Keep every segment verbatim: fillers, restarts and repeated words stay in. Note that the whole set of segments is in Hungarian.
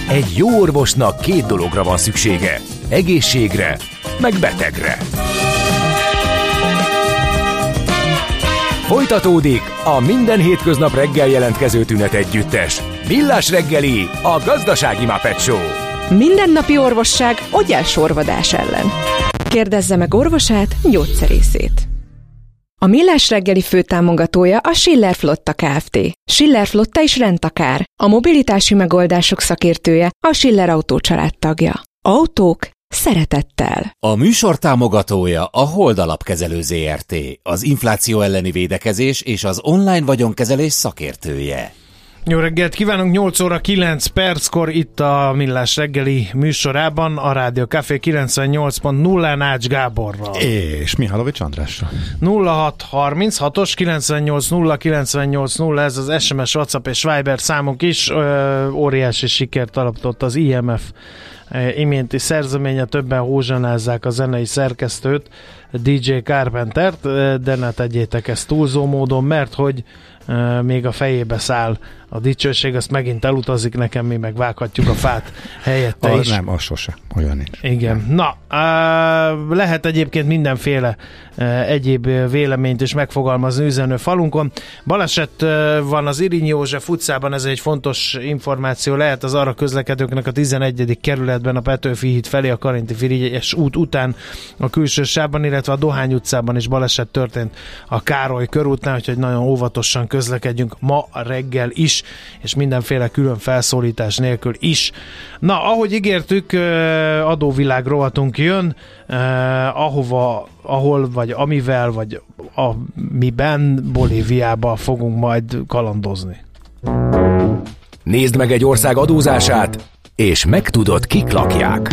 Egy jó orvosnak két dologra van szüksége. Egészségre, meg betegre. Folytatódik a minden hétköznap reggel jelentkező tünet együttes. Millás reggeli, a gazdasági Muppet Show. Mindennapi orvosság ogyásorvadás ellen. Kérdezze meg orvosát, gyógyszerészét. A Millás reggeli főtámogatója a Schiller Flotta Kft. Schiller Flotta is rendtakár. A mobilitási megoldások szakértője, a Schiller Autó család tagja. Autók szeretettel. A műsor támogatója a Hold Alapkezelő zé er té, az infláció elleni védekezés és az online vagyonkezelés szakértője. Jó reggelt kívánunk, nyolc óra kilenc perckor itt a Millás reggeli műsorában, a Rádió Café kilencvennyolc pont nullán Ács Gáborral. És Mihálovics Andrással. nulla hat harminchatos kilencvennyolc nulla kilencvennyolc nulla, ez az es em es, WhatsApp és Viber számunk is. Ö, óriási sikert alapított az i em ef iménti szerzeménye, többen hózsanázzák a zenei szerkesztőt, dé dzsé Carpentert, de ne tegyétek ezt túlzó módon, mert hogy uh, még a fejébe száll a dicsőség, azt megint elutazik, nekem mi megvághatjuk a fát helyette a, is. Nem, az sose, olyan nincs. Igen. Na, uh, lehet egyébként mindenféle uh, egyéb véleményt is megfogalmazni üzenő falunkon. Baleset uh, van az Irinyi József utcában, ez egy fontos információ, lehet az arra közlekedőknek a tizenegyedik kerületben a Petőfi híd felé a Karinti Frigyes út után a külső sávban, illetve a Dohány utcában is baleset történt a Károly körútnál, úgyhogy nagyon óvatosan közlekedjünk ma reggel is, és mindenféle külön felszólítás nélkül is. Na, ahogy ígértük, adóvilág rovatunk jön, ahova, ahol, vagy amivel, vagy amiben Bolíviába fogunk majd kalandozni. Nézd meg egy ország adózását, és megtudod, kik lakják.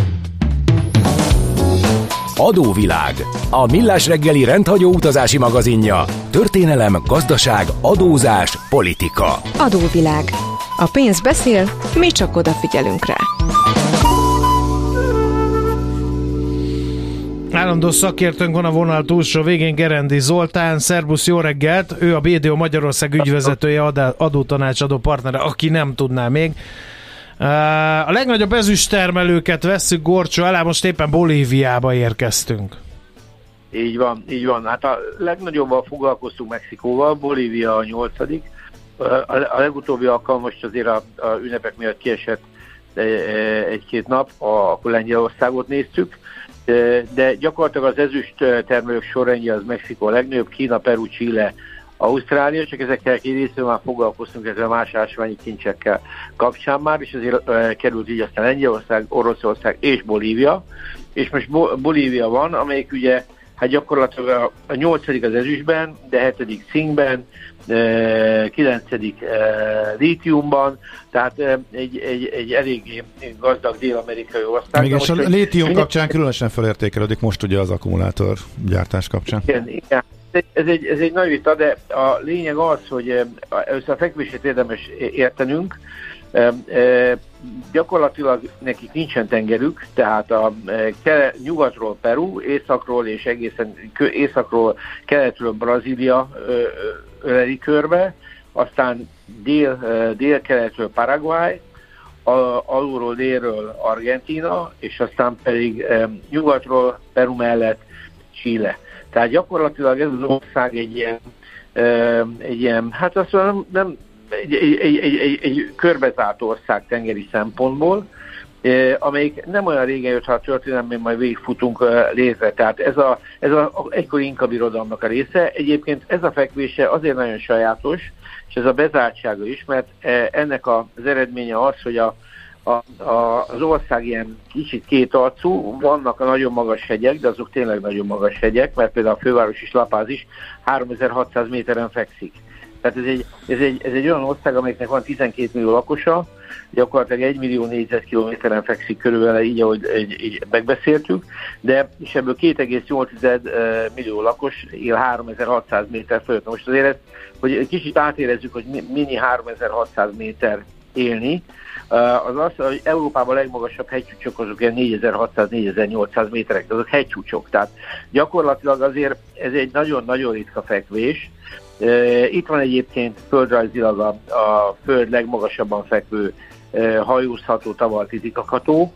Adóvilág, a Millás reggeli rendhagyó utazási magazinja. Történelem, gazdaság, adózás, politika. Adóvilág. A pénz beszél, mi csak odafigyelünk rá. Állandó szakértőnk van a vonal túlsó végén, Gerendi Zoltán. Szerbusz, jó reggelt! Ő a bé dé o Magyarország ügyvezetője, adótanácsadó partnere, aki nem tudná még. A legnagyobb ezüsttermelőket vesszük gorcsó alá, most éppen Bolíviába érkeztünk. Így van, így van. Hát a legnagyobban foglalkoztunk Mexikóval, Bolívia a nyolcadik. A legutóbbi alkalom most azért a, a ünnepek miatt kiesett egy-két nap, akkor Lengyelországot néztük, de gyakorlatilag az ezüst termelők sorrendje az Mexikó a legnagyobb, Kína, Peru, Chile, Ausztrália, csak ezekkel két részről már foglalkoztunk, ezzel más ásványi kincsekkel kapcsán már, és azért e, került így aztán Lengyelország, Oroszország és Bolívia, és most Bo- Bolívia van, amelyik ugye hát gyakorlatilag a, a nyolcadik az ezüstben, de hetedik cinkben, e, kilencedik e, lítiumban, tehát e, egy, egy, egy eléggé gazdag dél-amerikai ország. Még és a most, lítium kapcsán különösen felértékelődik most ugye az akkumulátor gyártás kapcsán. Igen, igen. Ez egy, ez egy nagy vita, de a lényeg az, hogy először a fekvését érdemes értenünk. E, e, gyakorlatilag nekik nincsen tengerük, tehát a e, nyugatról Peru, északról és egészen északról, keletről Brazília öleli körbe, aztán dél, e, dél-keletről Paraguay, a, alulról délről Argentína, és aztán pedig e, nyugatról Peru mellett Chile. Tehát gyakorlatilag ez az ország egy ilyen, egy ilyen hát azt mondom, nem, egy, egy, egy, egy, egy, egy körbezárt ország tengeri szempontból, amelyik nem olyan régen jött, ha a történelmén majd végigfutunk létre. Tehát ez az ez a, a egykori Inka birodalomnak a része. Egyébként ez a fekvése azért nagyon sajátos, és ez a bezártsága is, mert ennek az eredménye az, hogy a A, a, az ország ilyen kicsit kétarcú, vannak a nagyon magas hegyek, de azok tényleg nagyon magas hegyek, mert például a főváros is, La Paz is háromezer-hatszáz méteren fekszik. Tehát ez egy, ez, egy, ez egy olyan ország, amelyiknek van tizenkét millió lakosa, gyakorlatilag egy millió négyzetkilométeren fekszik körülbelül, így ahogy így, így megbeszéltük, de és ebből két egész nyolc millió lakos él háromezer-hatszáz méter fölött. Most azért ezt, hogy kicsit átérezzük, hogy mennyi háromezer-hatszáz méter élni, az az, hogy Európában a legmagasabb hegycsúcsok azok ilyen négyezer-hatszáz-négyezer-nyolcszáz méterek, de azok hegycsúcsok. Tehát gyakorlatilag azért ez egy nagyon-nagyon ritka fekvés. Itt van egyébként földrajzilag a, a föld legmagasabban fekvő hajózható, tavartizikakható,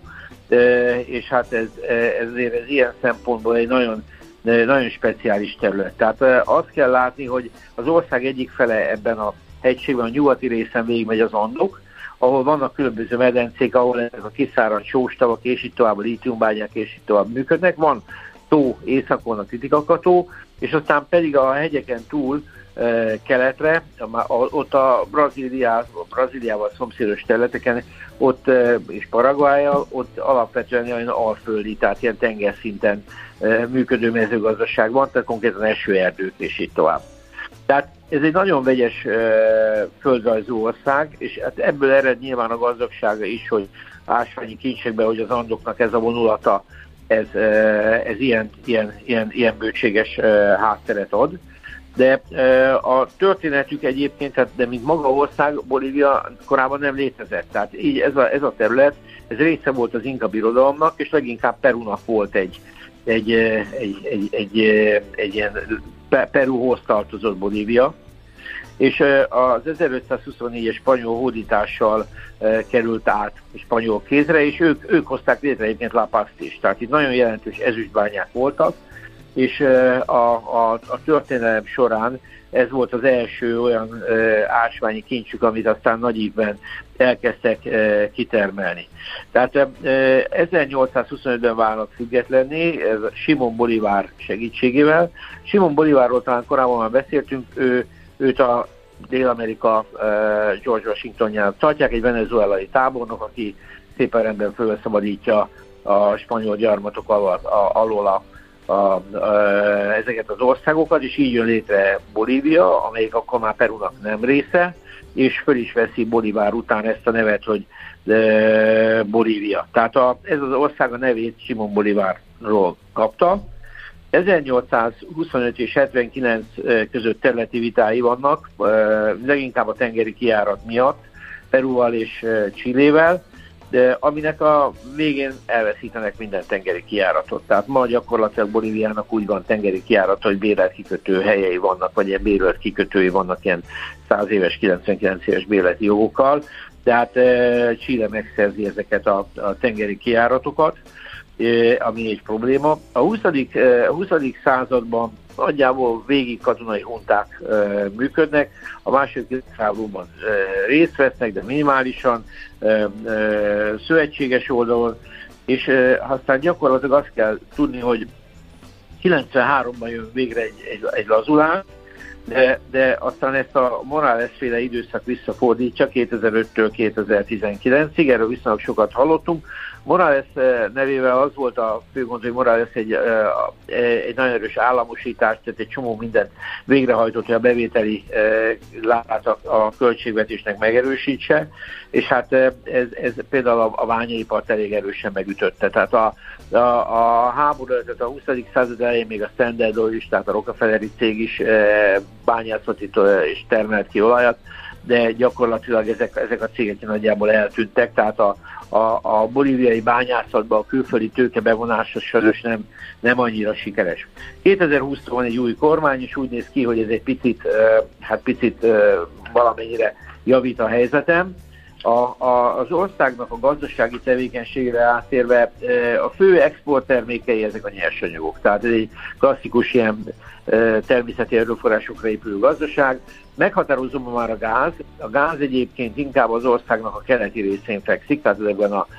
és hát ez, ezért ez ilyen szempontból egy nagyon, nagyon speciális terület. Tehát azt kell látni, hogy az ország egyik fele ebben a hegységben, a nyugati részen végigmegy az Andok, ahol vannak különböző medencék, ahol ezek a kiszáradt sóstavak, és itt tovább a lítiumbányák, és itt tovább működnek. Van tó északon a Titicacató, és aztán pedig a hegyeken túl e, keletre, a, ott a Brazíliá, Brazíliával szomszédos területeken, ott e, és Paraguaja, ott alapvetően olyan alföldi, tehát ilyen tengerszinten e, működő mezőgazdaság van, tehát konkrétan esőerdők, és így tovább. Tehát ez egy nagyon vegyes e, földrajzú ország, és hát ebből ered nyilván a gazdagsága is, hogy ásványi kincsekben, hogy az Andoknak ez a vonulata, ez, ez ilyen, ilyen, ilyen, ilyen bőséges hátteret ad. De a történetük egyébként, hát, de mint maga ország, Bolívia korábban nem létezett. Tehát így ez a, ez a terület, ez része volt az Inka birodalomnak, és leginkább Perúnak volt egy, egy, egy, egy, egy, egy, egy ilyen Perúhoz tartozott Bolívia. És az ezerötszázhuszonnégyes spanyol hódítással került át spanyol kézre, és ők, ők hozták létre egyébként La Pazt is. Tehát itt nagyon jelentős ezüstbányák voltak, és a, a, a történelem során ez volt az első olyan ásványi kincsük, amit aztán nagy ívben elkezdtek kitermelni. Tehát ezernyolcszázhuszonötben válnak függetlenné, ez Simón Bolívar segítségével. Simón Bolívarról talán korábban már beszéltünk, ő Őt a Dél-Amerika uh, George Washingtonjának tartják, egy venezuelai tábornok, aki szépen rendben felszabadítja a spanyol gyarmatok alól a, a, a, a, ezeket az országokat, és így jön létre Bolívia, amelyik akkor már Perúnak nem része, és föl is veszi Bolívar után ezt a nevet, hogy uh, Bolívia. Tehát a, ez az ország a nevét Simón Bolívarról kapta. ezernyolcszázhuszonöt és hetvenkilenc között területi vitái vannak, leginkább a tengeri kijárat miatt, Perúval és Chilével, de aminek a végén elveszítenek minden tengeri kijáratot. Tehát ma gyakorlatilag Bolíviának úgy van tengeri kijárat, hogy bérelt kikötő helyei vannak, vagy ilyen bérelt kikötői vannak ilyen száz éves, kilencvenkilenc éves bérleti jogokkal, tehát Chile megszerzi ezeket a, a tengeri kijáratokat, ami egy probléma. A huszadik, huszadik században nagyjából végig katonai hunták működnek, a második világháborúban részt vesznek, de minimálisan szövetséges oldalon, és aztán gyakorlatilag azt kell tudni, hogy kilencvenháromban jön végre egy, egy, egy lazulás, de, de aztán ezt a Morales-féle időszak visszafordítja kétezer-öttől kétezer-tizenkilencig, erről viszonylag sokat hallottunk. Morales nevével az volt a főgond, hogy Morales egy, egy nagyon erős államosítást, tehát egy csomó mindent végrehajtott, hogy a bevételi lábát a, a költségvetésnek megerősítse, és hát ez, ez például a, a bányaipart elég erősen megütötte. Tehát a, a, a háború, tehát a huszadik század elején még a Standard Oil is, tehát a Rockefelleri cég is bányászott itt és termelt ki olajat, de gyakorlatilag ezek, ezek a cégek nagyjából eltűntek, tehát a, a, a bolíviai bányászatban a külföldi tőke bevonása sajnos nem, nem annyira sikeres. kétezer-húszban van egy új kormány, és úgy néz ki, hogy ez egy picit, hát picit valamennyire javít a helyzetem. A, a, az országnak a gazdasági tevékenységre átérve a fő exporttermékei ezek a nyersanyagok. Tehát ez egy klasszikus ilyen természeti erőforrásokra épülő gazdaság. Meghatározó már a gáz. A gáz egyébként inkább az országnak a keleti részén fekszik, tehát ezekben a,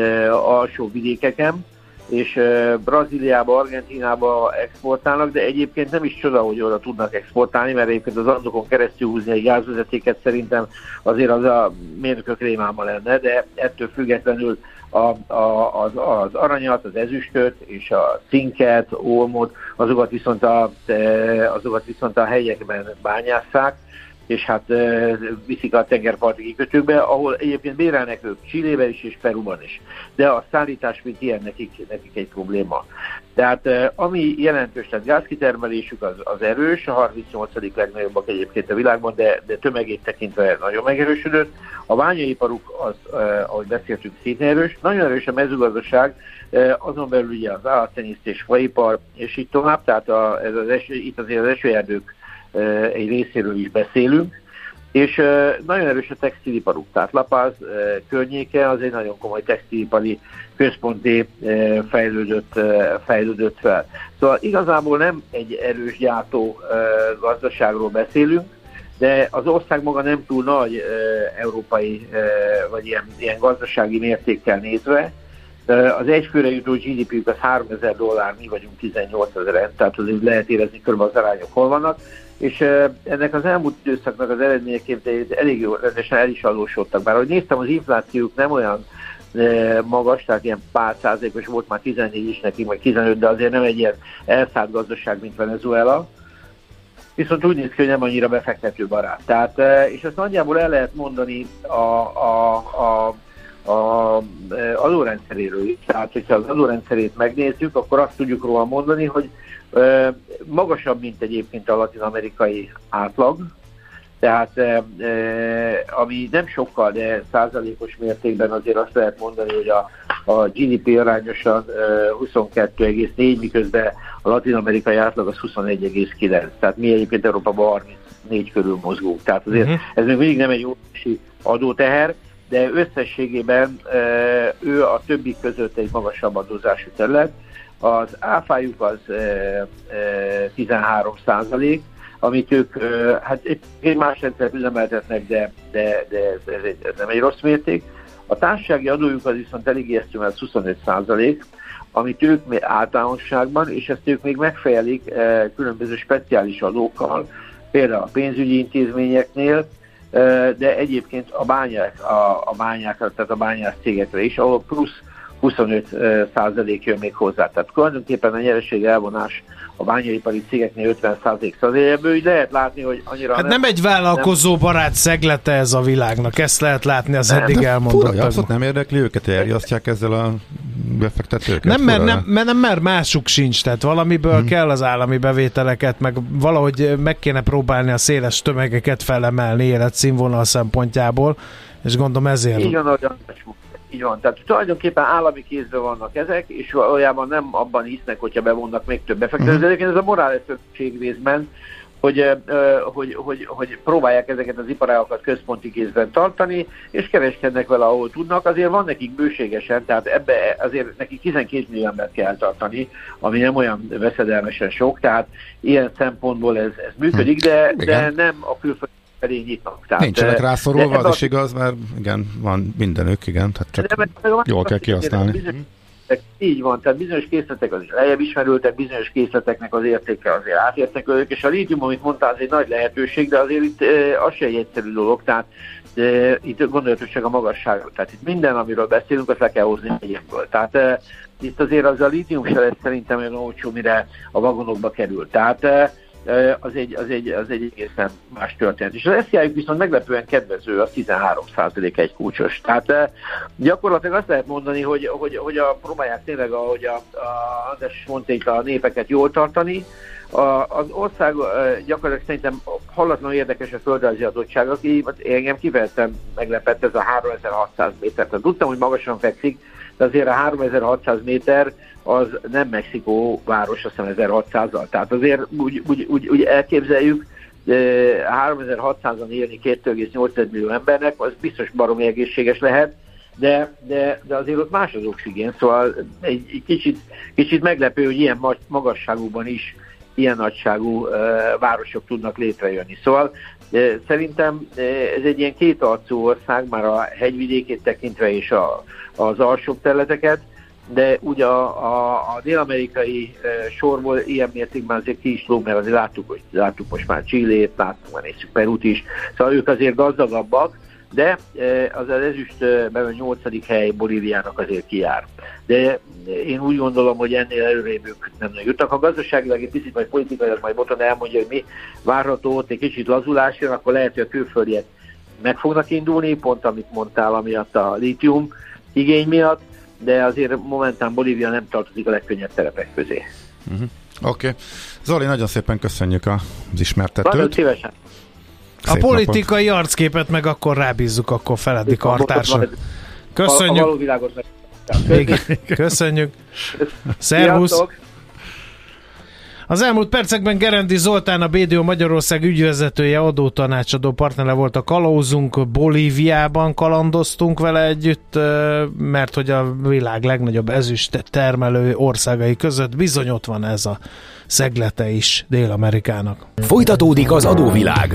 a alsó vidékeken, és Brazíliába, Argentínába exportálnak, de egyébként nem is csoda, hogy oda tudnak exportálni, mert egyébként az Andokon keresztül húzni egy gázvezetéket szerintem azért az a mérnökök rémáma lenne, de ettől függetlenül a, a, az, az aranyat, az ezüstöt és a cinket, olmot, azokat viszont a, azokat viszont a helyekben bányásszák, és hát e, viszik a tengerparti kikötőkbe, ahol egyébként bérelnek ők Chilébe is és Perúban is. De a szállítás, mint ilyen, nekik, nekik egy probléma. Tehát e, ami jelentős, tehát gázkitermelésük az, az erős, a harmincnyolcadik legnagyobbak egyébként a világban, de, de tömegét tekintve nagyon megerősödött. A bányaiparuk, az, e, ahogy beszéltünk, szintén erős. Nagyon erős a mezőgazdaság, e, azon belül ugye az állattenyésztés, faipar, és így tovább, tehát a, ez az eső, itt azért az esőerdők egy részéről is beszélünk, És uh, nagyon erős a textiliparuk, tehát La Paz uh, környéke az egy nagyon komoly textilipari központi uh, fejlődött, uh, fejlődött fel. Szóval igazából nem egy erős gyártó uh, gazdaságról beszélünk, de az ország maga nem túl nagy uh, európai uh, vagy ilyen, ilyen gazdasági mértékkel nézve. Uh, az egyfőre jutó gé dé pé-ük az háromezer dollár, mi vagyunk tizennyolcezeren, tehát azért lehet érezni körülbelül az arányok hol vannak. És uh, ennek az elmúlt időszaknak az eredményeként elég jó rendesen el is adósodtak. Bár ahogy néztem, az inflációk nem olyan uh, magas, tehát ilyen pár százalékos volt, már tizennégy is nekik, vagy tizenöt, de azért nem egy ilyen elszállt gazdaság, mint Venezuela. Viszont úgy néz ki, hogy nem annyira befektető barát. Tehát, uh, és ezt nagyjából el lehet mondani a, a, a a adórendszeréről is. Tehát, hogyha az adórendszerét megnézzük, akkor azt tudjuk róla mondani, hogy e, magasabb, mint egyébként a latin-amerikai átlag. Tehát, e, ami nem sokkal, de százalékos mértékben azért azt lehet mondani, hogy a, a gé dé pé arányosan e, huszonkettő egész négy, miközben a latin-amerikai átlag az huszonegy egész kilenc. Tehát mi egyébként Európában harmincnégy körül mozgunk. Tehát azért uh-huh. ez még mindig nem egy óriási adóteher, de összességében e, ő a többi között egy magasabb adózású terület. Az áfájuk az e, e, tizenhárom százalék, amit ők, e, hát egy más rendszert üzemeltetnek, de, de, de ez, ez, egy, ez nem egy rossz mérték. A társasági adójuk az viszont elég ijesztő, mert huszonöt százalék, amit ők általánosságban, és ezt ők még megfejelik e, különböző speciális adókkal, például a pénzügyi intézményeknél, de egyébként a bányák, a, a bányákra, tehát a bányász cégekre is, ahol plusz huszonöt százalék jön még hozzá. Tehát tulajdonképpen a nyereség elvonás a bányaipari cégeknél ötven százalék. Szóval ebből így lehet látni, hogy annyira hát nem... nem egy vállalkozó barát szeglete ez a világnak, ezt lehet látni az nem. eddig elmondottakban. Fura, abszolút nem érdekli őket, elriasztják ezzel a befektetőket? Nem, mert, nem, mert nem, mert másuk sincs, tehát valamiből hmm. kell az állami bevételeket, meg valahogy meg kéne próbálni a széles tömegeket felemelni életszínvonal szempontjából, és gondolom ezért. Így van, olyan Így van, tehát tulajdonképpen állami kézben vannak ezek, és valójában nem abban hisznek, hogyha bevonnak még több befektetőt. Uh-huh. Ez a morális szövettség részben, hogy, hogy, hogy, hogy próbálják ezeket az iparágokat központi kézben tartani, és kereskednek vele, ahol tudnak. Azért van nekik bőségesen, tehát ebbe azért nekik tizenkét millió embert kell tartani, ami nem olyan veszedelmesen sok, tehát ilyen szempontból ez, ez működik, de, de nem a külföldi felé nyitnak. Tehát, nincsenek rászorulva, az is igaz, mert igen, van mindenük, igen, tehát csak de, jól kell kihasználni. Bizonyos, így van, tehát bizonyos készletek azért lejjebb ismerültek, bizonyos készleteknek az értéke azért átértek ők, és a lítium, amit mondtál, az egy nagy lehetőség, de azért itt e, az se egy egyszerű dolog, tehát e, itt gondolatos csak a magasságról. Tehát itt minden, amiről beszélünk, azt le kell hozni egyéből. Tehát e, itt azért az a lítium se lesz szerintem olyan olcsó, mire a vagonokba kerül. Tehát e, Az egy, az, egy, az egy egészen más történet. És az es zé i-juk viszont meglepően kedvező, az tizenhárom százalék egy kulcsos. Tehát gyakorlatilag azt lehet mondani, hogy, hogy, hogy a, próbálják tényleg, ahogy a, a András mondta, a népeket jól tartani. A, az ország gyakorlatilag szerintem hallatlanul érdekes a földrajzi adottság, aki engem kifejezetten meglepett ez a háromezer-hatszáz méter. Tehát tudtam, hogy magasan fekszik, de azért a háromezer-hatszáz méter az nem Mexikó város, azt hiszem ezerhatszázzal. Tehát azért úgy, úgy, úgy, úgy elképzeljük, háromezer-hatszázan élni két egész nyolc millió embernek, az biztos baromi egészséges lehet, de, de, de azért ott más az oxigén, szóval egy, egy kicsit, kicsit meglepő, hogy ilyen magasságúban is ilyen nagyságú uh, városok tudnak létrejönni. Szóval uh, szerintem uh, ez egy ilyen kétarcú ország, már a hegyvidékét tekintve és a, az alsóbb területeket, de ugye a, a, a dél-amerikai uh, sorból ilyen mértékben azért ki is lóg, mert azért láttuk, hogy láttuk most már Chilét, láttuk már nézzük Perút is, szóval ők azért gazdagabbak, de uh, az az ezüstben a nyolcadik hely Bolíviának azért kijár. De én úgy gondolom, hogy ennél előrébb ők nem jutnak. Ha gazdaságilag egy picit, vagy politikailag majd Boton elmondja, hogy mi várható, ott egy kicsit lazulás jön, akkor lehet, hogy a külföldiek meg fognak indulni, pont amit mondtál, amiatt a lítium igény miatt, de azért momentán Bolívia nem tartozik a legkönnyebb terepek közé. Uh-huh. Oké. Okay. Zoli, nagyon szépen köszönjük az ismertetőt. Nagyon szívesen. A Szép politikai napot. Arcképet meg akkor rábízzuk, akkor Feledi kartársa. Köszönjük. A, a való világot meg. Igen, köszönjük. Szervusz. Az elmúlt percekben Gerendi Zoltán, a bé dé o Magyarország ügyvezetője, adótanácsadó partnere volt a kalauzunk. Bolíviában kalandoztunk vele együtt, mert hogy a világ legnagyobb ezüst termelő országai között bizony ott van ez a szeglete is Dél-Amerikának. Folytatódik az adóvilág.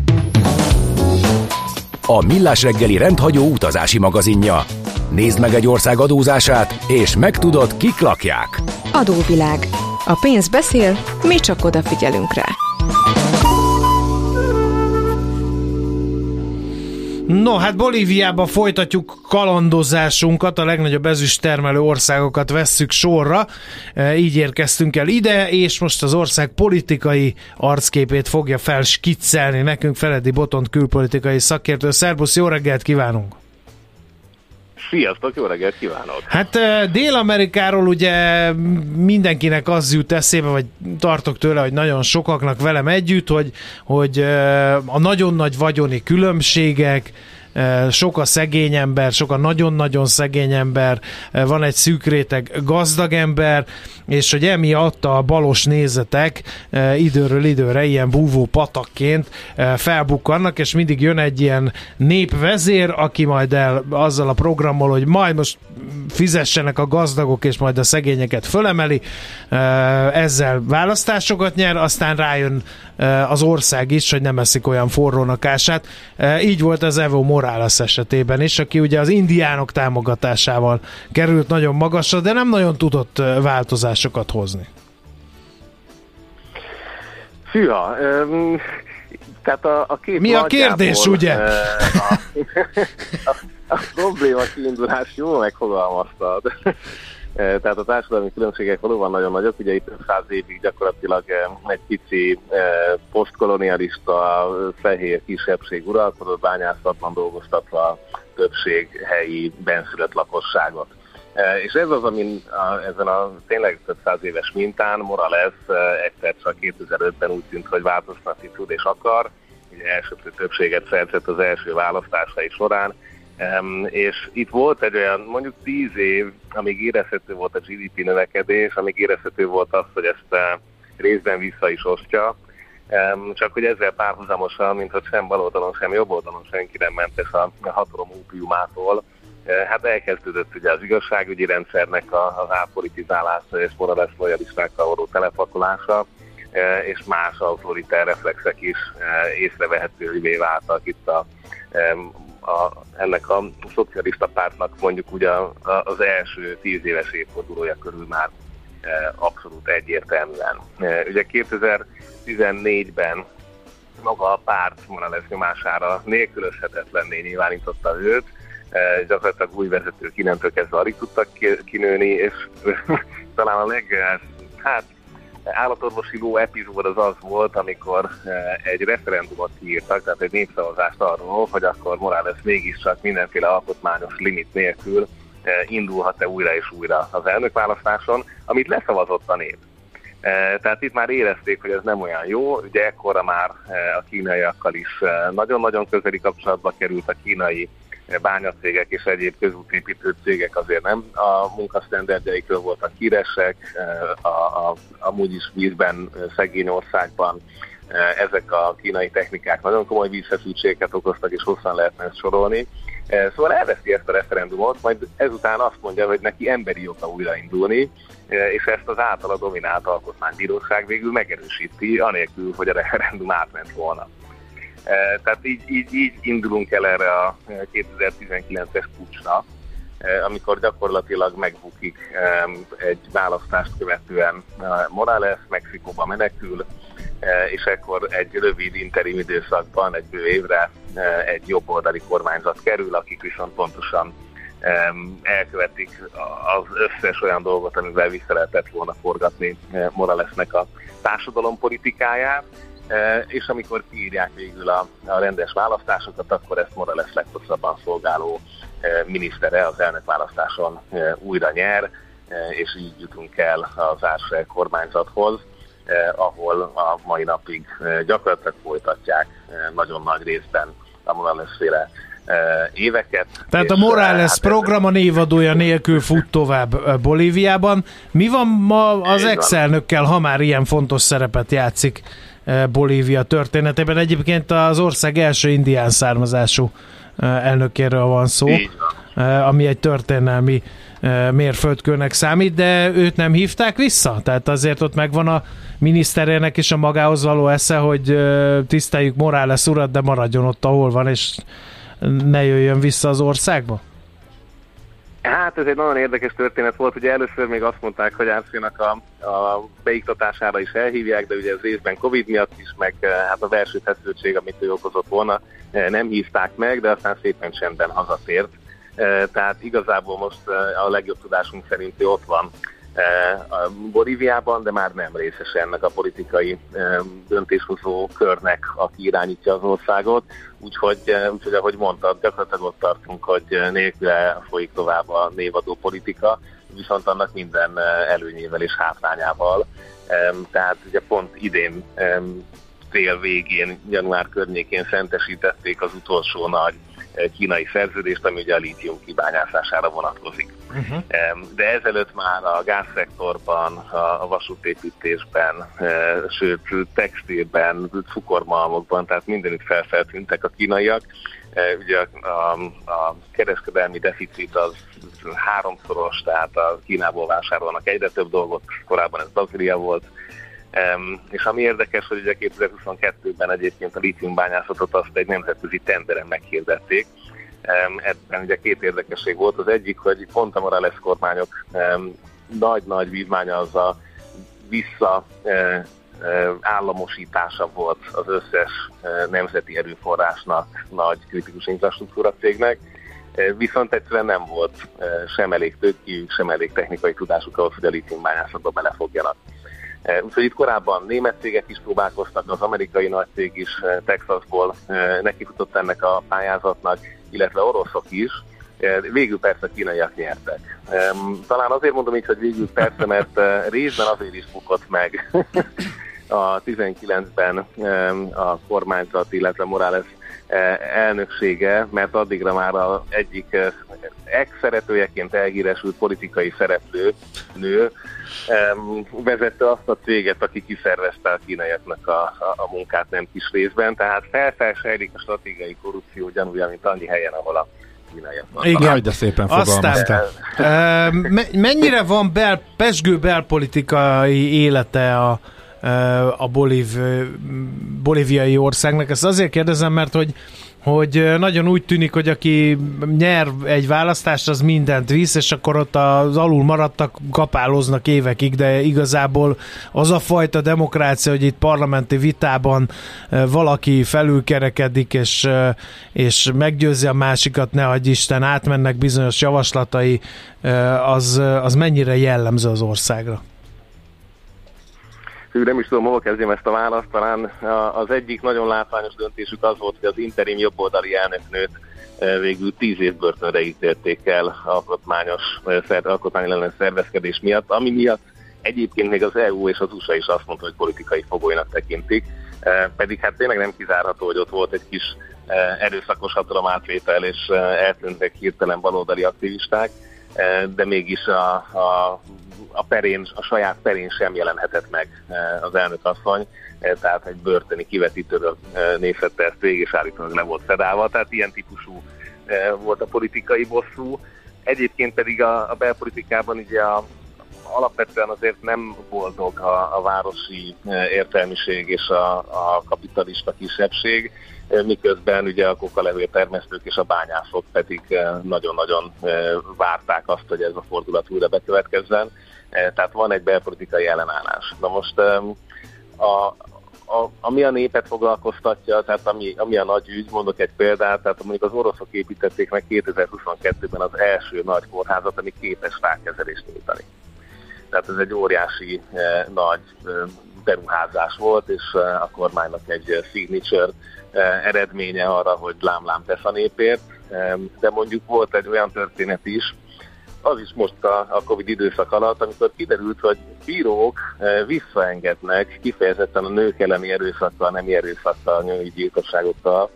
A Millás reggeli rendhagyó utazási magazinja. Nézd meg egy ország adózását, és megtudod, kik lakják. Adóvilág. A pénz beszél, mi csak odafigyelünk rá. No, hát Bolíviában folytatjuk kalandozásunkat, a legnagyobb ezüsttermelő országokat vesszük sorra. E, így érkeztünk el ide, és most az ország politikai arcképét fogja felskiccelni nekünk Feledi Botont külpolitikai szakértő. Szerbusz, jó reggelt kívánunk! Sziasztok, jó reggelt kívánok! Hát Dél-Amerikáról ugye mindenkinek az jut eszébe, vagy tartok tőle, hogy nagyon sokaknak velem együtt, hogy, hogy a nagyon nagy vagyoni különbségek, sok a szegény ember, sok a nagyon-nagyon szegény ember, van egy szűk réteg gazdag ember, és hogy emiatt a balos nézetek időről időre ilyen búvó patakként felbukkannak, és mindig jön egy ilyen népvezér, aki majd el azzal a programmal, hogy majd most fizessenek a gazdagok, és majd a szegényeket fölemeli, ezzel választásokat nyer, aztán rájön az ország is, hogy nem eszik olyan forrónak ását. Így volt az Evo Morales esetében is, aki ugye az indiánok támogatásával került nagyon magasra, de nem nagyon tudott változásokat hozni. Fűha, um, tehát a, a két Mi a kérdés, ugye? Uh, a, a, a probléma kiindulás jól megfogalmaztad. Tehát a társadalmi különbségek valóban nagyon nagyok, ugye itt száz évig gyakorlatilag egy pici posztkolonialista fehér kisebbség uralkodott, bányászatban dolgoztatva a többség helyi benszülött lakosságot. És ez az, amin a, ezen a tényleg több száz éves mintán Morales egyszer csak kétezer-ötben úgy tűnt, hogy változtatni tud és akar, ugye elsőprő többséget szerzett az első választásai során, Um, és itt volt egy olyan, mondjuk tíz év, amíg érezhető volt a gé dé pé növekedés, amíg érezhető volt az, hogy ezt uh, részben vissza is osztja, um, csak hogy ezzel párhuzamosan, mint hogy sem baloldalon, sem jobboldalon senki nem mentes a, a hatalom ópiumától, uh, hát elkezdődött ugye az igazságügyi rendszernek a, az átpolitizálása és Morales lojalistákkal való telepakolása, uh, és más autoriter reflexek is uh, észrevehetővé váltak itt a um, A, ennek a szocialista pártnak mondjuk ugye az első tíz éves évfordulója körül már e, abszolút egyértelműen. E, ugye kétezer-tizennégyben maga a párt Morales nyomására nélkülözhetetlenné nyilvánította őt, e, gyakorlatilag új vezetők innentől kezdve alig tudtak kinőni, és talán a leg, hát állatorvosi ló epizód az az volt, amikor egy referendumot kiírtak, tehát egy népszavazást arról, hogy akkor Morales mégiscsak mindenféle alkotmányos limit nélkül indulhat-e újra és újra az elnökválasztáson, amit leszavazott a nép. Tehát itt már érezték, hogy ez nem olyan jó, ugye ekkorra már a kínaiakkal is nagyon-nagyon közeli kapcsolatba került, a kínai bányacégek és egyéb közútépítő cégek azért nem a munkasztenderdjeikről voltak híresek, a, a, amúgy is vízben, szegény országban ezek a kínai technikák nagyon komoly vízfeszültségeket okoztak, és hosszan lehetne ezt sorolni. Szóval elveszi ezt a referendumot, majd ezután azt mondja, hogy neki emberi joga újraindulni, és ezt az általa dominált alkotmánybíróság végül megerősíti, anélkül, hogy a referendum átment volna. Tehát így, így, így indulunk el erre a kétezer-tizenkilences puccsra, amikor gyakorlatilag megbukik egy választást követően Morales, Mexikóba menekül, és ekkor egy rövid interim időszakban, egy bő évre egy jobboldali kormányzat kerül, akik viszont pontosan elkövetik az összes olyan dolgot, amivel vissza lehetett volna forgatni Moralesnek a társadalompolitikáját, és amikor kiírják végül a, a rendes választásokat, akkor ezt Morales leghosszabban szolgáló minisztere az elnökválasztáson újra nyer, és így jutunk el az Arce kormányzathoz, ahol a mai napig gyakorlatilag folytatják nagyon nagy részben a Morales-féle éveket. Tehát a Morales hát program a névadója nélkül fut tovább Bolíviában. Mi van ma az ex-elnökkel, ha már ilyen fontos szerepet játszik Bolívia történetében? Egyébként az ország első indián származású elnökéről van szó, ami egy történelmi mérföldkőnek számít, de őt nem hívták vissza? Tehát azért ott megvan a miniszterének is a magához való esze, hogy tiszteljük Morales urat, de maradjon ott, ahol van, és ne jöjjön vissza az országba? Hát ez egy nagyon érdekes történet volt, ugye először még azt mondták, hogy Arceónak a, a beiktatására is elhívják, de ugye ez részben Covid miatt is, meg hát az első feszültség, amit ő okozott volna, nem hívták meg, de aztán szépen csendben hazatért. Tehát igazából most a legjobb tudásunk szerint ő ott van a Bolíviában, de már nem részese ennek a politikai döntéshozó körnek, aki irányítja az országot. Úgyhogy, úgyhogy ahogy mondtad, gyakorlatilag ott tartunk, hogy nélküle folyik tovább a névadó politika, viszont annak minden előnyével és hátrányával. Tehát ugye pont idén tél végén, január környékén szentesítették az utolsó nagy kínai szerződést, ami ugye a lítium kibányászására vonatkozik. Uh-huh. De ezelőtt már a gázszektorban, a vasútépítésben, sőt textilben, cukormalmokban, tehát mindenütt felfeltűntek a kínaiak. Ugye a, a, a kereskedelmi deficit az háromszoros, tehát a Kínából vásárolnak egyre több dolgot, korábban ez Brazília volt. Um, és ami érdekes, hogy ugye kétezer-huszonkettőben egyébként a lítiumbányászatot azt egy nemzetközi tenderen meghirdették. Um, ebben ugye két érdekesség volt. Az egyik, hogy pont a Morales kormányok um, nagy-nagy vívmánya az a vissza uh, uh, államosítása volt az összes uh, nemzeti erőforrásnak, nagy kritikus infrastruktúra cégnek. Uh, viszont egyszerűen nem volt uh, sem elég tőkéjük, sem elég technikai tudásuk ahhoz, hogy a lítiumbányászatba belefogjanak. Úgyhogy itt korábban német cégek is próbálkoztak, az amerikai nagy cég is Texasból nekifutott ennek a pályázatnak, illetve oroszok is. Végül persze a kínaiak nyertek. Talán azért mondom így, hogy végül persze, mert részben azért is bukott meg a tizenkilencben a kormányzat, illetve Morales elnöksége, mert addigra már az egyik ex-szeretőjeként elhíresült politikai szereplő nő vezette azt a céget, aki kiszervezte a kínaiaknak a, a, a munkát nem kis részben, tehát felfelsejlik a stratégiai korrupció gyanúja, mint annyi helyen, ahol a kínaiak vannak. Igen, de szépen fogalmaztál. Aztán mennyire van bel, pezsgő belpolitikai élete a a bolív, bolíviai országnak? Ezt azért kérdezem, mert hogy, hogy nagyon úgy tűnik, hogy aki nyer egy választást, az mindent visz, és akkor ott az alul maradtak kapáloznak évekig, de igazából az a fajta demokrácia, hogy itt parlamenti vitában valaki felülkerekedik, és, és meggyőzi a másikat, ne adj Isten, átmennek bizonyos javaslatai, az, az mennyire jellemző az országra? Nem is tudom, hol kezdjem ezt a választ, talán az egyik nagyon látványos döntésük az volt, hogy az interim jobboldali elnöknőt végül tíz év börtönre ítélték el alkotmányos, alkotmányellenes szervezkedés miatt, ami miatt egyébként még az é u és az u es á is azt mondta, hogy politikai fogolynak tekintik, pedig hát tényleg nem kizárható, hogy ott volt egy kis erőszakos hatalomátvétel, és eltűntek hirtelen baloldali aktivisták, de mégis a, a a perén, a saját perén sem jelenhetett meg az elnökasszony, tehát egy börtöni kivetítőről nézhette ezt végig, és állítólag le volt szedálva, tehát ilyen típusú volt a politikai bosszú. Egyébként pedig a, a belpolitikában ugye a, alapvetően azért nem boldog a, a városi értelmiség és a, a kapitalista kisebbség, miközben ugye a kokalevél termesztők és a bányászok pedig nagyon-nagyon várták azt, hogy ez a fordulat újra bekövetkezzen. Tehát van egy belpolitikai ellenállás. Na most a, a, ami a népet foglalkoztatja, tehát ami, ami a nagy ügy, mondok egy példát, tehát mondjuk az oroszok építették meg kétezer-huszonkettőben az első nagy kórházat, ami képes rákezelést nyújtani. Tehát ez egy óriási eh, nagy eh, beruházás volt, és eh, a kormánynak egy signature eh, eredménye arra, hogy lám-lám tesz a népért. Eh, de mondjuk volt egy olyan történet is, az is most a, a Covid időszak alatt, amikor kiderült, hogy bírók eh, visszaengednek kifejezetten a nők elleni erőszakkal, nemi erőszakkal, női gyilkosságokkal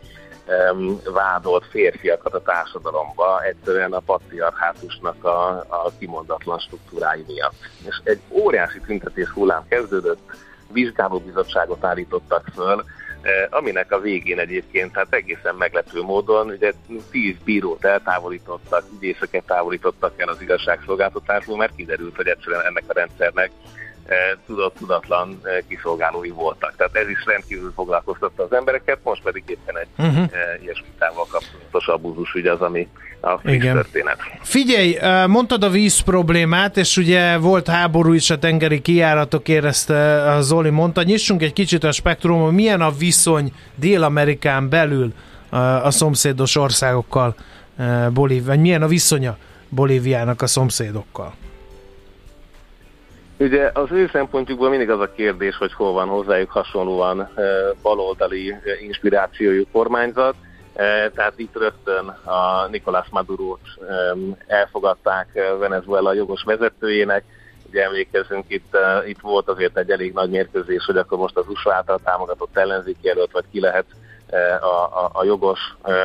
vádolt férfiakat a társadalomba, egyszerűen a patriarhátusnak a, a kimondatlan struktúrái miatt. És egy óriási tüntetés hullám kezdődött, vizsgálóbizottságot állítottak föl, aminek a végén egyébként hát egészen meglepő módon ugye tíz bírót eltávolítottak, ügyészeket távolítottak el az igazságszolgáltatásból, mert kiderült, hogy egyszerűen ennek a rendszernek tudott-tudatlan kiszolgálói voltak. Tehát ez is rendkívül foglalkoztatta az embereket, most pedig éppen egy uh-huh. ilyesmi tával kapcsolatos abúzus ügy az, ami a friss történet. Figyelj, mondtad a víz problémát, és ugye volt háború is a tengeri kijáratokért, ezt a Zoli mondta. Nyissunk egy kicsit a spektrumon, milyen a viszony Dél-Amerikán belül a szomszédos országokkal, Bolív, vagy milyen a viszonya Bolíviának a szomszédokkal? Ugye az ő szempontjukból mindig az a kérdés, hogy hol van hozzájuk hasonlóan baloldali inspirációjú kormányzat. Tehát itt rögtön a Nicolás Madurót elfogadták Venezuela jogos vezetőjének. Ugye emlékezzünk, itt, itt volt azért egy elég nagy mérkőzés, hogy akkor most az u es á által támogatott ellenzéki jelölt, vagy ki lehet a, a, a jogos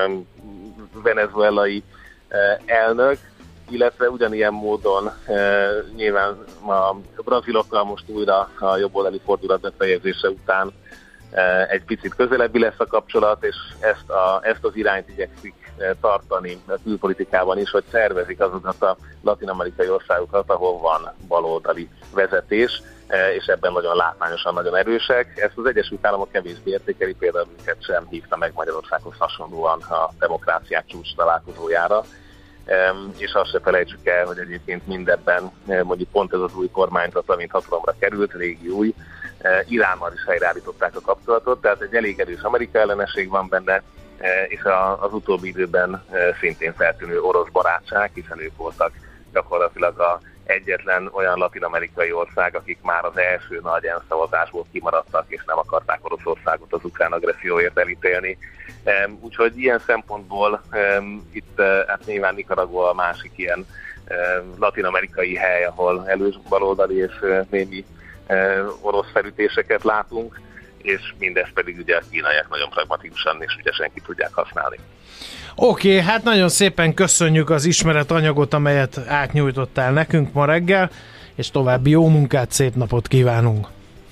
venezuelai elnök. Illetve ugyanilyen módon e, nyilván a brazilokkal most újra a jobboldali fordulat befejezése után e, egy picit közelebbi lesz a kapcsolat, és ezt, a, ezt az irányt igyekszik e, tartani a külpolitikában is, hogy szervezik azokat a latin-amerikai országokat, ahol van baloldali vezetés, e, és ebben nagyon látványosan, nagyon erősek. Ezt az Egyesült Államok kevésbé értékeli, például őket sem hívta meg Magyarországhoz hasonlóan a demokráciák csúcs találkozójára. Um, és azt se felejtsük el, hogy egyébként mindebben mondjuk pont ez az új kormányzat, amint hatalomra került, régi új, uh, Iránnal is helyreállították a kapcsolatot, tehát egy elég erős Amerika ellenesség van benne, uh, és a, az utóbbi időben uh, szintén feltűnő orosz barátság, hiszen ők voltak gyakorlatilag a egyetlen olyan latin-amerikai ország, akik már az első nagy ENSZ szavazásból kimaradtak, és nem akarták Oroszországot az ukrán agresszióért elítélni. Um, úgyhogy ilyen szempontból um, itt uh, hát nyilván Nicaragua a másik ilyen uh, latin-amerikai hely, ahol elős baloldali és uh, némi uh, orosz felütéseket látunk, és mindezt pedig ugye a kínaiak nagyon pragmatikusan és ügyesen ki tudják használni. Oké, okay, hát nagyon szépen köszönjük az ismeretanyagot, amelyet átnyújtottál nekünk ma reggel, és további jó munkát, szép napot kívánunk!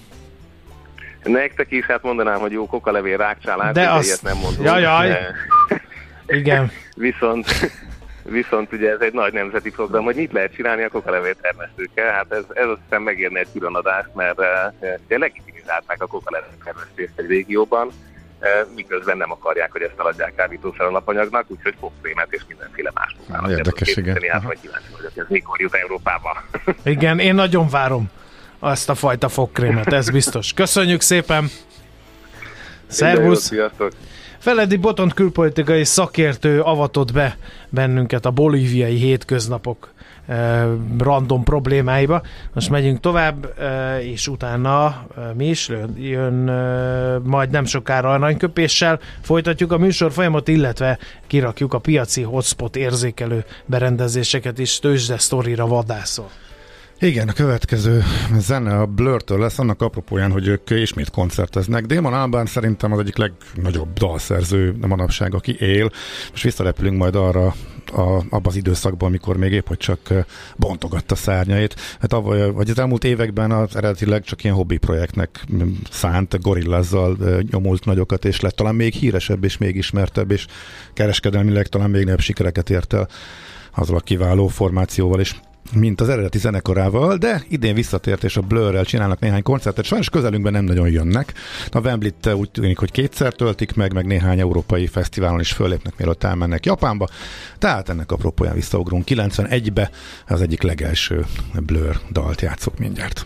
Nektek is, hát mondanám, hogy jó kokalevél rákcsálás, de azt... ilyet nem mondom. Jajjaj! Igen. viszont, viszont ugye ez egy nagy nemzeti program, hogy mit lehet csinálni a kokalevél termesztőkkel. Hát ez, ez azt hiszem megérne egy külön adást, mert ugye legitimizálták a kokalevél termesztést egy régióban, miközben nem akarják, hogy ezt eladják kábítószer alapanyagnak, úgyhogy fogkrémet és mindenféle más próbálnak. Érdekes, igen. Hát majd kíváncsi vagyok, ez mikor jut Európába. Igen, én nagyon várom azt a fajta fogkrémet, ez biztos. Köszönjük szépen! Szervusz! Feledi Botont külpolitikai szakértő avatott be bennünket a bolíviai hétköznapok eh, random problémáiba. Most megyünk tovább, eh, és utána eh, mi is jön eh, majd nem sokára aranyköpéssel. Folytatjuk a műsor folyamat, illetve kirakjuk a piaci hotspot érzékelő berendezéseket is, tőzsde sztorira vadászol. Igen, a következő zene a Blur-től lesz, annak apropóján, hogy ők ismét koncerteznek. Damon Albarn szerintem az egyik legnagyobb dalszerző manapság, aki él. Most visszarepülünk majd arra a, abban az időszakban, amikor még épp hogy csak bontogatta szárnyait. Hát avval, vagy az elmúlt években az eredetileg csak ilyen hobbi projektnek szánt, Gorillazzal nyomult nagyokat, és lett talán még híresebb, és még ismertebb, és kereskedelmileg talán még nagyobb sikereket ért el azzal a kiváló formációval is, mint az eredeti zenekarával, de idén visszatért, és a Blurrel csinálnak néhány koncertet. Sajnos közelünkben nem nagyon jönnek. A Wembley-t úgy tűnik, hogy kétszer töltik meg, meg néhány európai fesztiválon is föllépnek, mielőtt elmennek Japánba. Tehát ennek apropóján visszaugrunk kilencvenegybe, az egyik legelső Blur dalt játszok mindjárt.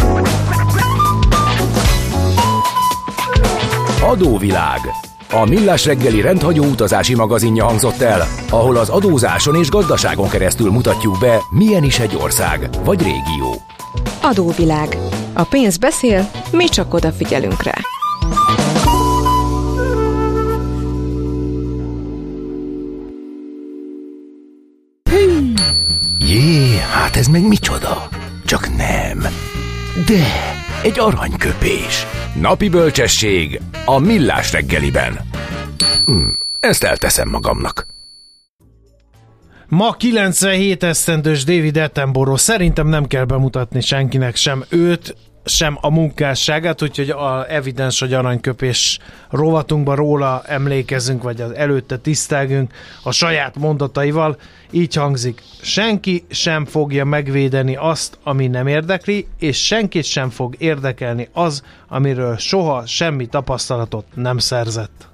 Adóvilág. A Millás reggeli rendhagyó utazási magazinja hangzott el, ahol az adózáson és gazdaságon keresztül mutatjuk be, milyen is egy ország vagy régió. Adóvilág. A pénz beszél, mi csak odafigyelünk rá. Jé, hát ez meg micsoda? Csak nem. De egy aranyköpés. Napi bölcsesség a Millás reggeliben. Hm, ezt elteszem magamnak. Ma kilencvenhét esztendős David Attenborough, szerintem nem kell bemutatni senkinek sem őt, sem a munkásságát, úgyhogy a evidens, hogy aranyköpés rovatunkban róla emlékezünk, vagy az előtte tisztelgünk a saját mondataival. Így hangzik: senki sem fogja megvédeni azt, ami nem érdekli, és senkit sem fog érdekelni az, amiről soha semmi tapasztalatot nem szerzett.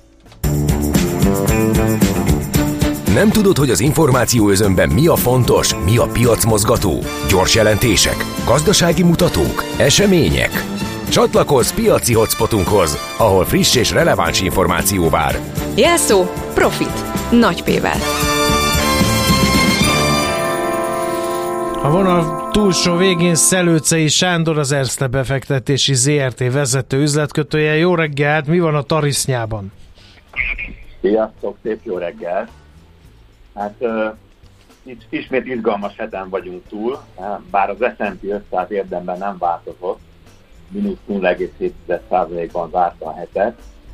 Nem tudod, hogy az információ özönben mi a fontos, mi a piacmozgató? Gyors jelentések, gazdasági mutatók, események? Csatlakozz piaci hotspotunkhoz, ahol friss és releváns információ vár. Jelszó Profit. Nagy P-vel. A vonal túlsó végén Szelőczei Sándor, az Erste befektetési zé er té vezető üzletkötője. Jó reggelt, mi van a tarisznyában? Sziasztok, szép jó reggelt! Hát uh, itt ismét izgalmas heten vagyunk túl, bár az es and pé ötszáz érdemben nem változott, mínusz nulla egész hét százalékban zárta a hetet,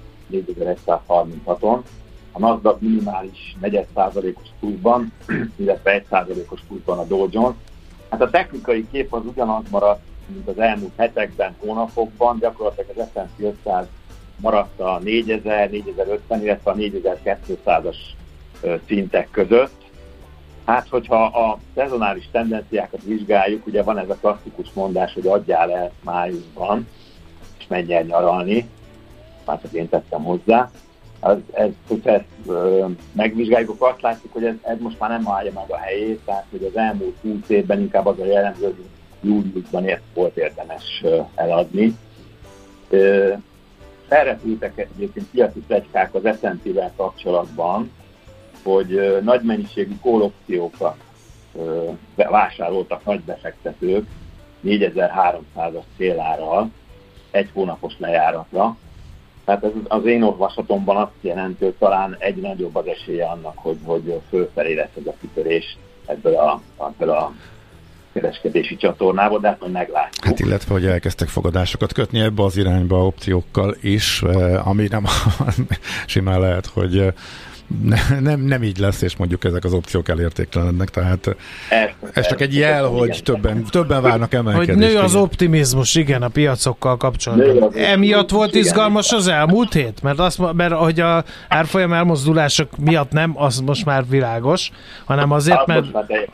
négyezer-százharminchaton. A Nasdaq minimális negyed százalékos pluszban, illetve egy százalékos pluszban a Dow Jones. Hát a technikai kép az ugyanaz maradt, mint az elmúlt hetekben, hónapokban, gyakorlatilag az es and pé ötszáz maradt a négyezer, négyezer-ötven, illetve a négyezer-kétszázas szintek között. Hát, hogyha a szezonális tendenciákat vizsgáljuk, ugye van ez a klasszikus mondás, hogy adjál el májusban, és menj el nyaralni. Már csak én tettem hozzá. Az, ez, hogyha ezt ö, megvizsgáljuk, akkor azt látjuk, hogy ez, ez most már nem állja meg a helyét, tehát hogy az elmúlt húsz évben inkább az a jellemző, hogy júliusban ért volt érdemes ö, eladni. Ö, Felrepültek egyébként piaci pletykák az es and pé-vel kapcsolatban, hogy ö, nagy mennyiségű call-opciókat ö, vásároltak nagy befektetők négyezer-háromszázas célárral egy hónapos lejáratra. Tehát ez az én olvasatomban azt jelenti, hogy talán egy nagyobb az esélye annak, hogy, hogy fölfelé lesz ez a kitörés ebből a, ebből a kereskedési csatornából, de hát majd meglátjuk. Hát illetve, hogy elkezdtek fogadásokat kötni ebbe az irányba opciókkal is, ami nem simán lehet, hogy ne, nem, nem így lesz, és mondjuk ezek az opciók elértéktelenednek, tehát ez, ez csak egy jel, hogy igen, többen, többen várnak emelkedést. Hogy nő az optimizmus, igen, a piacokkal kapcsolatban. Emiatt volt igen, izgalmas az elmúlt hét? Mert, azt, mert hogy a árfolyam elmozdulások miatt nem, az most már világos, hanem azért, mert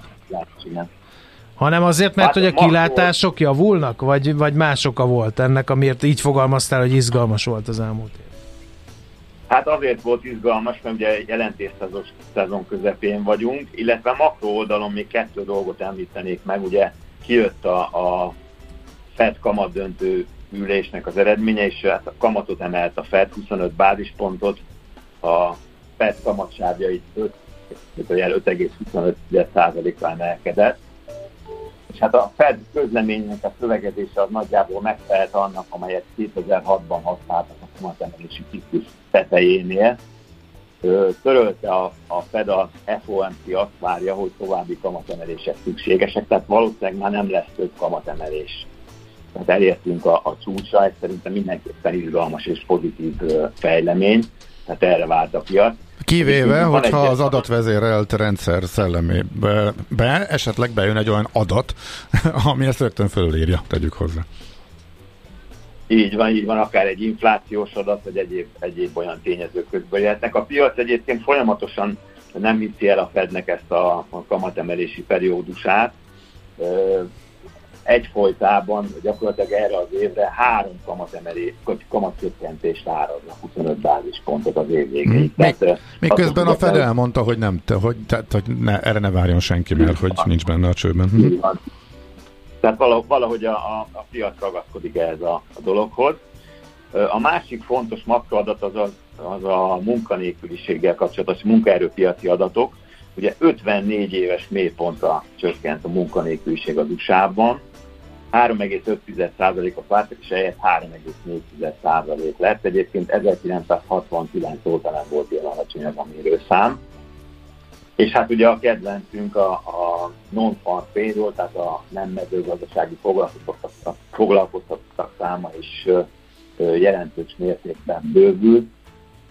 hanem azért, mert hogy a kilátások javulnak, vagy, vagy más oka volt ennek, amiért így fogalmaztál, hogy izgalmas volt az elmúlt év? Hát azért volt izgalmas, mert ugye jelentésszezon szezon közepén vagyunk, illetve makro oldalon még kettő dolgot említenék meg, ugye kijött a, a Fed kamat döntő ülésnek az eredménye, és hát a kamatot emelt a Fed huszonöt bázispontot, a Fed kamatsávjait öt egész huszonöt százalékra emelkedett. És hát a Fed közleménynek a szövegezése az nagyjából megfelelt annak, amelyet kétezer-hatban használtak a kamatemelési ciklus tetejénél. Törölte a, a Fed az ef o em cé, azt várja, hogy további kamatemelések szükségesek, tehát valószínűleg már nem lesz több kamatemelés. Tehát elértünk a, a csúcsra, ez szerintem mindenképpen izgalmas és pozitív fejlemény, tehát erre vált a piac. Kivéve, hogyha az adatvezérelt rendszer szellemébe be, esetleg bejön egy olyan adat, ami ezt rögtön fölírja, tegyük hozzá. Így van, így van, akár egy inflációs adat, vagy egyéb, egyéb olyan tényezők közben jöhetnek. A piac egyébként folyamatosan nem viszi el a Fednek ezt a, a kamatemelési periódusát. Egyfolytában gyakorlatilag erre az évre három kamatemelés, kamatcsökkentést áraznak, huszonöt bázispontot az év végéig. Hmm. Miközben a Fed elmondta, hogy nem, te, hogy, tehát, hogy ne, erre ne várjon senki, mert hogy nincs benne a csőben. Hmm. Tehát valahogy, valahogy a, a, a piac ragaszkodik ehhez a, a dologhoz. A másik fontos makroadat az, az, az a munkanélküliséggel kapcsolatos munkaerőpiaci adatok. Ugye ötvennégy éves mélypontra csökkent a munkanélküliség az u es á-ban, három egész öt százalékot vártak, és ehhez három egész négy százalék lett. Egyébként ezerkilencszázhatvankilenc óta nem volt ilyen alacsonyabb a mérőszám. És hát ugye a kedvencünk a, a non-farm payroll, tehát a nem mezőgazdasági foglalkoztatottak, foglalkoztatottak száma is jelentős mértékben bővült.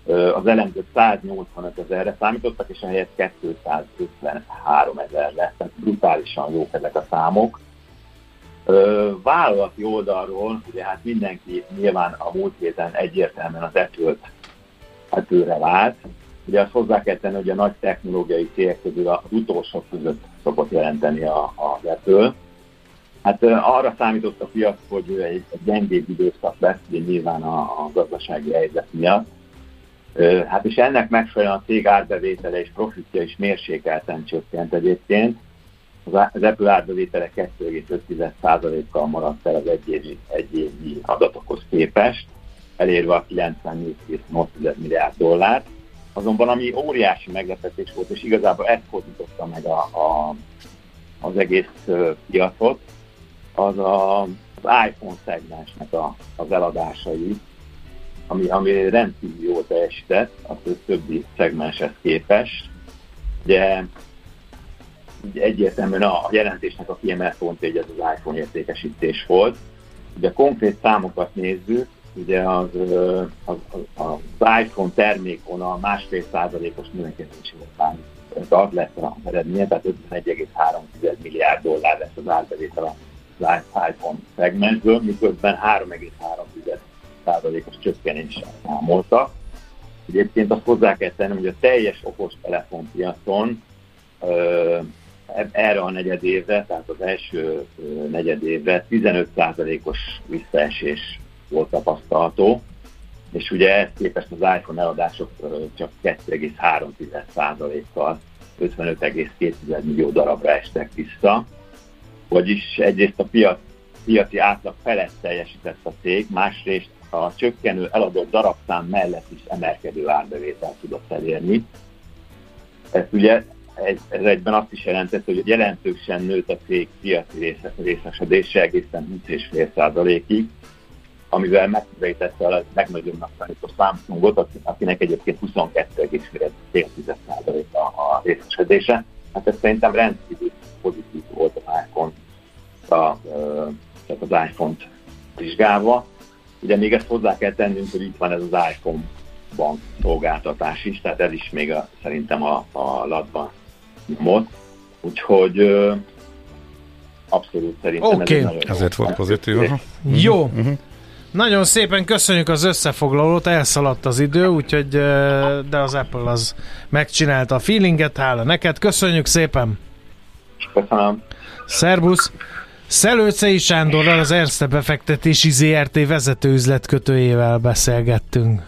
az elemzők száznyolcvanöt ezerre számítottak, és ehelyett kétszázötvenhárom ezer lett, tehát brutálisan jók ezek a számok. Vállalati oldalról, ugye hát mindenki nyilván a múlt héten egyértelműen az Apple-t Apple-re vált. Ugye azt hozzá kell tenni, hogy a nagy technológiai cégek közül az utolsó között szokott jelenteni a, az Apple. Hát arra számított a piac, hogy egy, egy gyengébb időszak lesz, ugye nyilván a, a gazdasági helyzet miatt. Hát és ennek megfelelően a cég árbevétele és profitja is mérsékelten csökkent egyébként. Az Apple árbevétele kettő egész öt százalékkal maradt el az egyévi, egyévi adatokhoz képest, elérve a kilencvennégy egész nyolc milliárd dollárt. Azonban ami óriási meglepetés volt, és igazából ezt fordította meg a, a, az egész uh, piacot, az a, az iPhone szegmensnek a, az eladásai, ami, ami rendkívül jól teljesített a többi szegmenshez képest. Ugye egyértelműen a jelentésnek a kiemelt pontja az iPhone értékesítés volt. Ugye a konkrét számokat nézzük, ugye az, az, az, az iPhone termékvonal másfél százalékos növekedésével tart lesz az eredménye, tehát ötvenegy egész három milliárd dollár lesz az árbevétel az iPhone szegmensből, miközben három egész három százalékos csökkenéssel számoltak. Egyébként azt hozzá kell tennem, hogy a teljes okostelefonpiacon erre a negyedévre, tehát az első negyedévre tizenöt százalékos visszaesés volt tapasztalható, és ugye ezt képest az iPhone eladások csak kettő egész három százalékkal ötvenöt egész két millió darabra estek vissza, vagyis egyrészt a piac, piaci átlag felett teljesített a cég, másrészt a csökkenő eladott darabszám mellett is emelkedő árbevételt tudott elérni. Ez ugye ez, ez egyben azt is jelentett, hogy jelentősen nőtt a cég piaci részesedése egészen húsz egész öt százalékig, amivel megközelítette a legnagyobbnak számító Samsungot, akinek egyébként huszonkettő egész öt százalék a, a részesedése. Hát ez szerintem rendkívül pozitív volt az iPhone, a, tehát az iPhone-t vizsgálva. Ugye még ezt hozzá kell tennünk, hogy itt van ez az iPhone bank szolgáltatás is, tehát ez is még a, szerintem a, a latban nyomott. Úgyhogy ö, abszolút szerintem okay. ez egy nagyon ezért volt pozitív. Jó. Uh-huh. Nagyon szépen köszönjük az összefoglalót, elszaladt az idő, úgyhogy de az Apple az megcsinálta a feelinget, hála neked, köszönjük szépen! Köszönöm! Szerbusz! Szelőcei Sándorral, az Erste befektetési zé er té vezető üzletkötőjével beszélgettünk.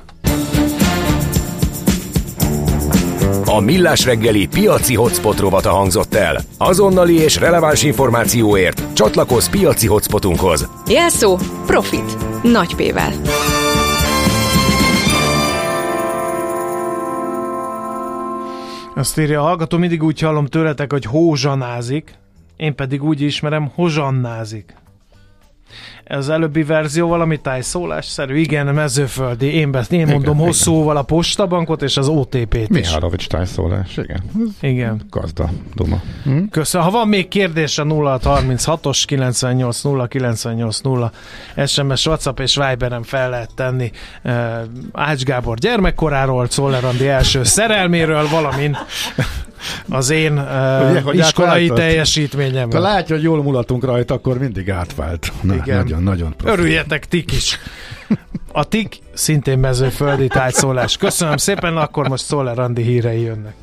A Millás reggeli piaci hotspot rovata hangzott el. Azonnali és releváns információért csatlakozz piaci hotspotunkhoz. Jelszó Profit. Nagy P-vel. Azt írja a hallgató, mindig úgy hallom tőletek, hogy hózsanázik, én pedig úgy ismerem, hozsannázik. Az előbbi verzió valami tájszólásszerű, igen, mezőföldi, én, besz, én mondom igen, hosszúval a postabankot és az o té pét is. Mihálovics tájszólás, igen. Igen. Gazda, duma. Hm? Köszönöm. Ha van még kérdés a nulla harminchatos kilencvennyolc nulla kilencvennyolc nulla es em es, WhatsApp és Viberen fel lehet tenni uh, Ács Gábor gyermekkoráról, Czoller Andi első szerelméről, valamint az én uh, Ugye, iskolai teljesítményem. Ha látja, hogy jól mulatunk rajta, akkor mindig átvált. Na, igen. Nagyon, nagyon profil. Örüljetek tik is. A tik szintén mezőföldi tájszólás. Köszönöm szépen, akkor most Czoller Andi hírei jönnek.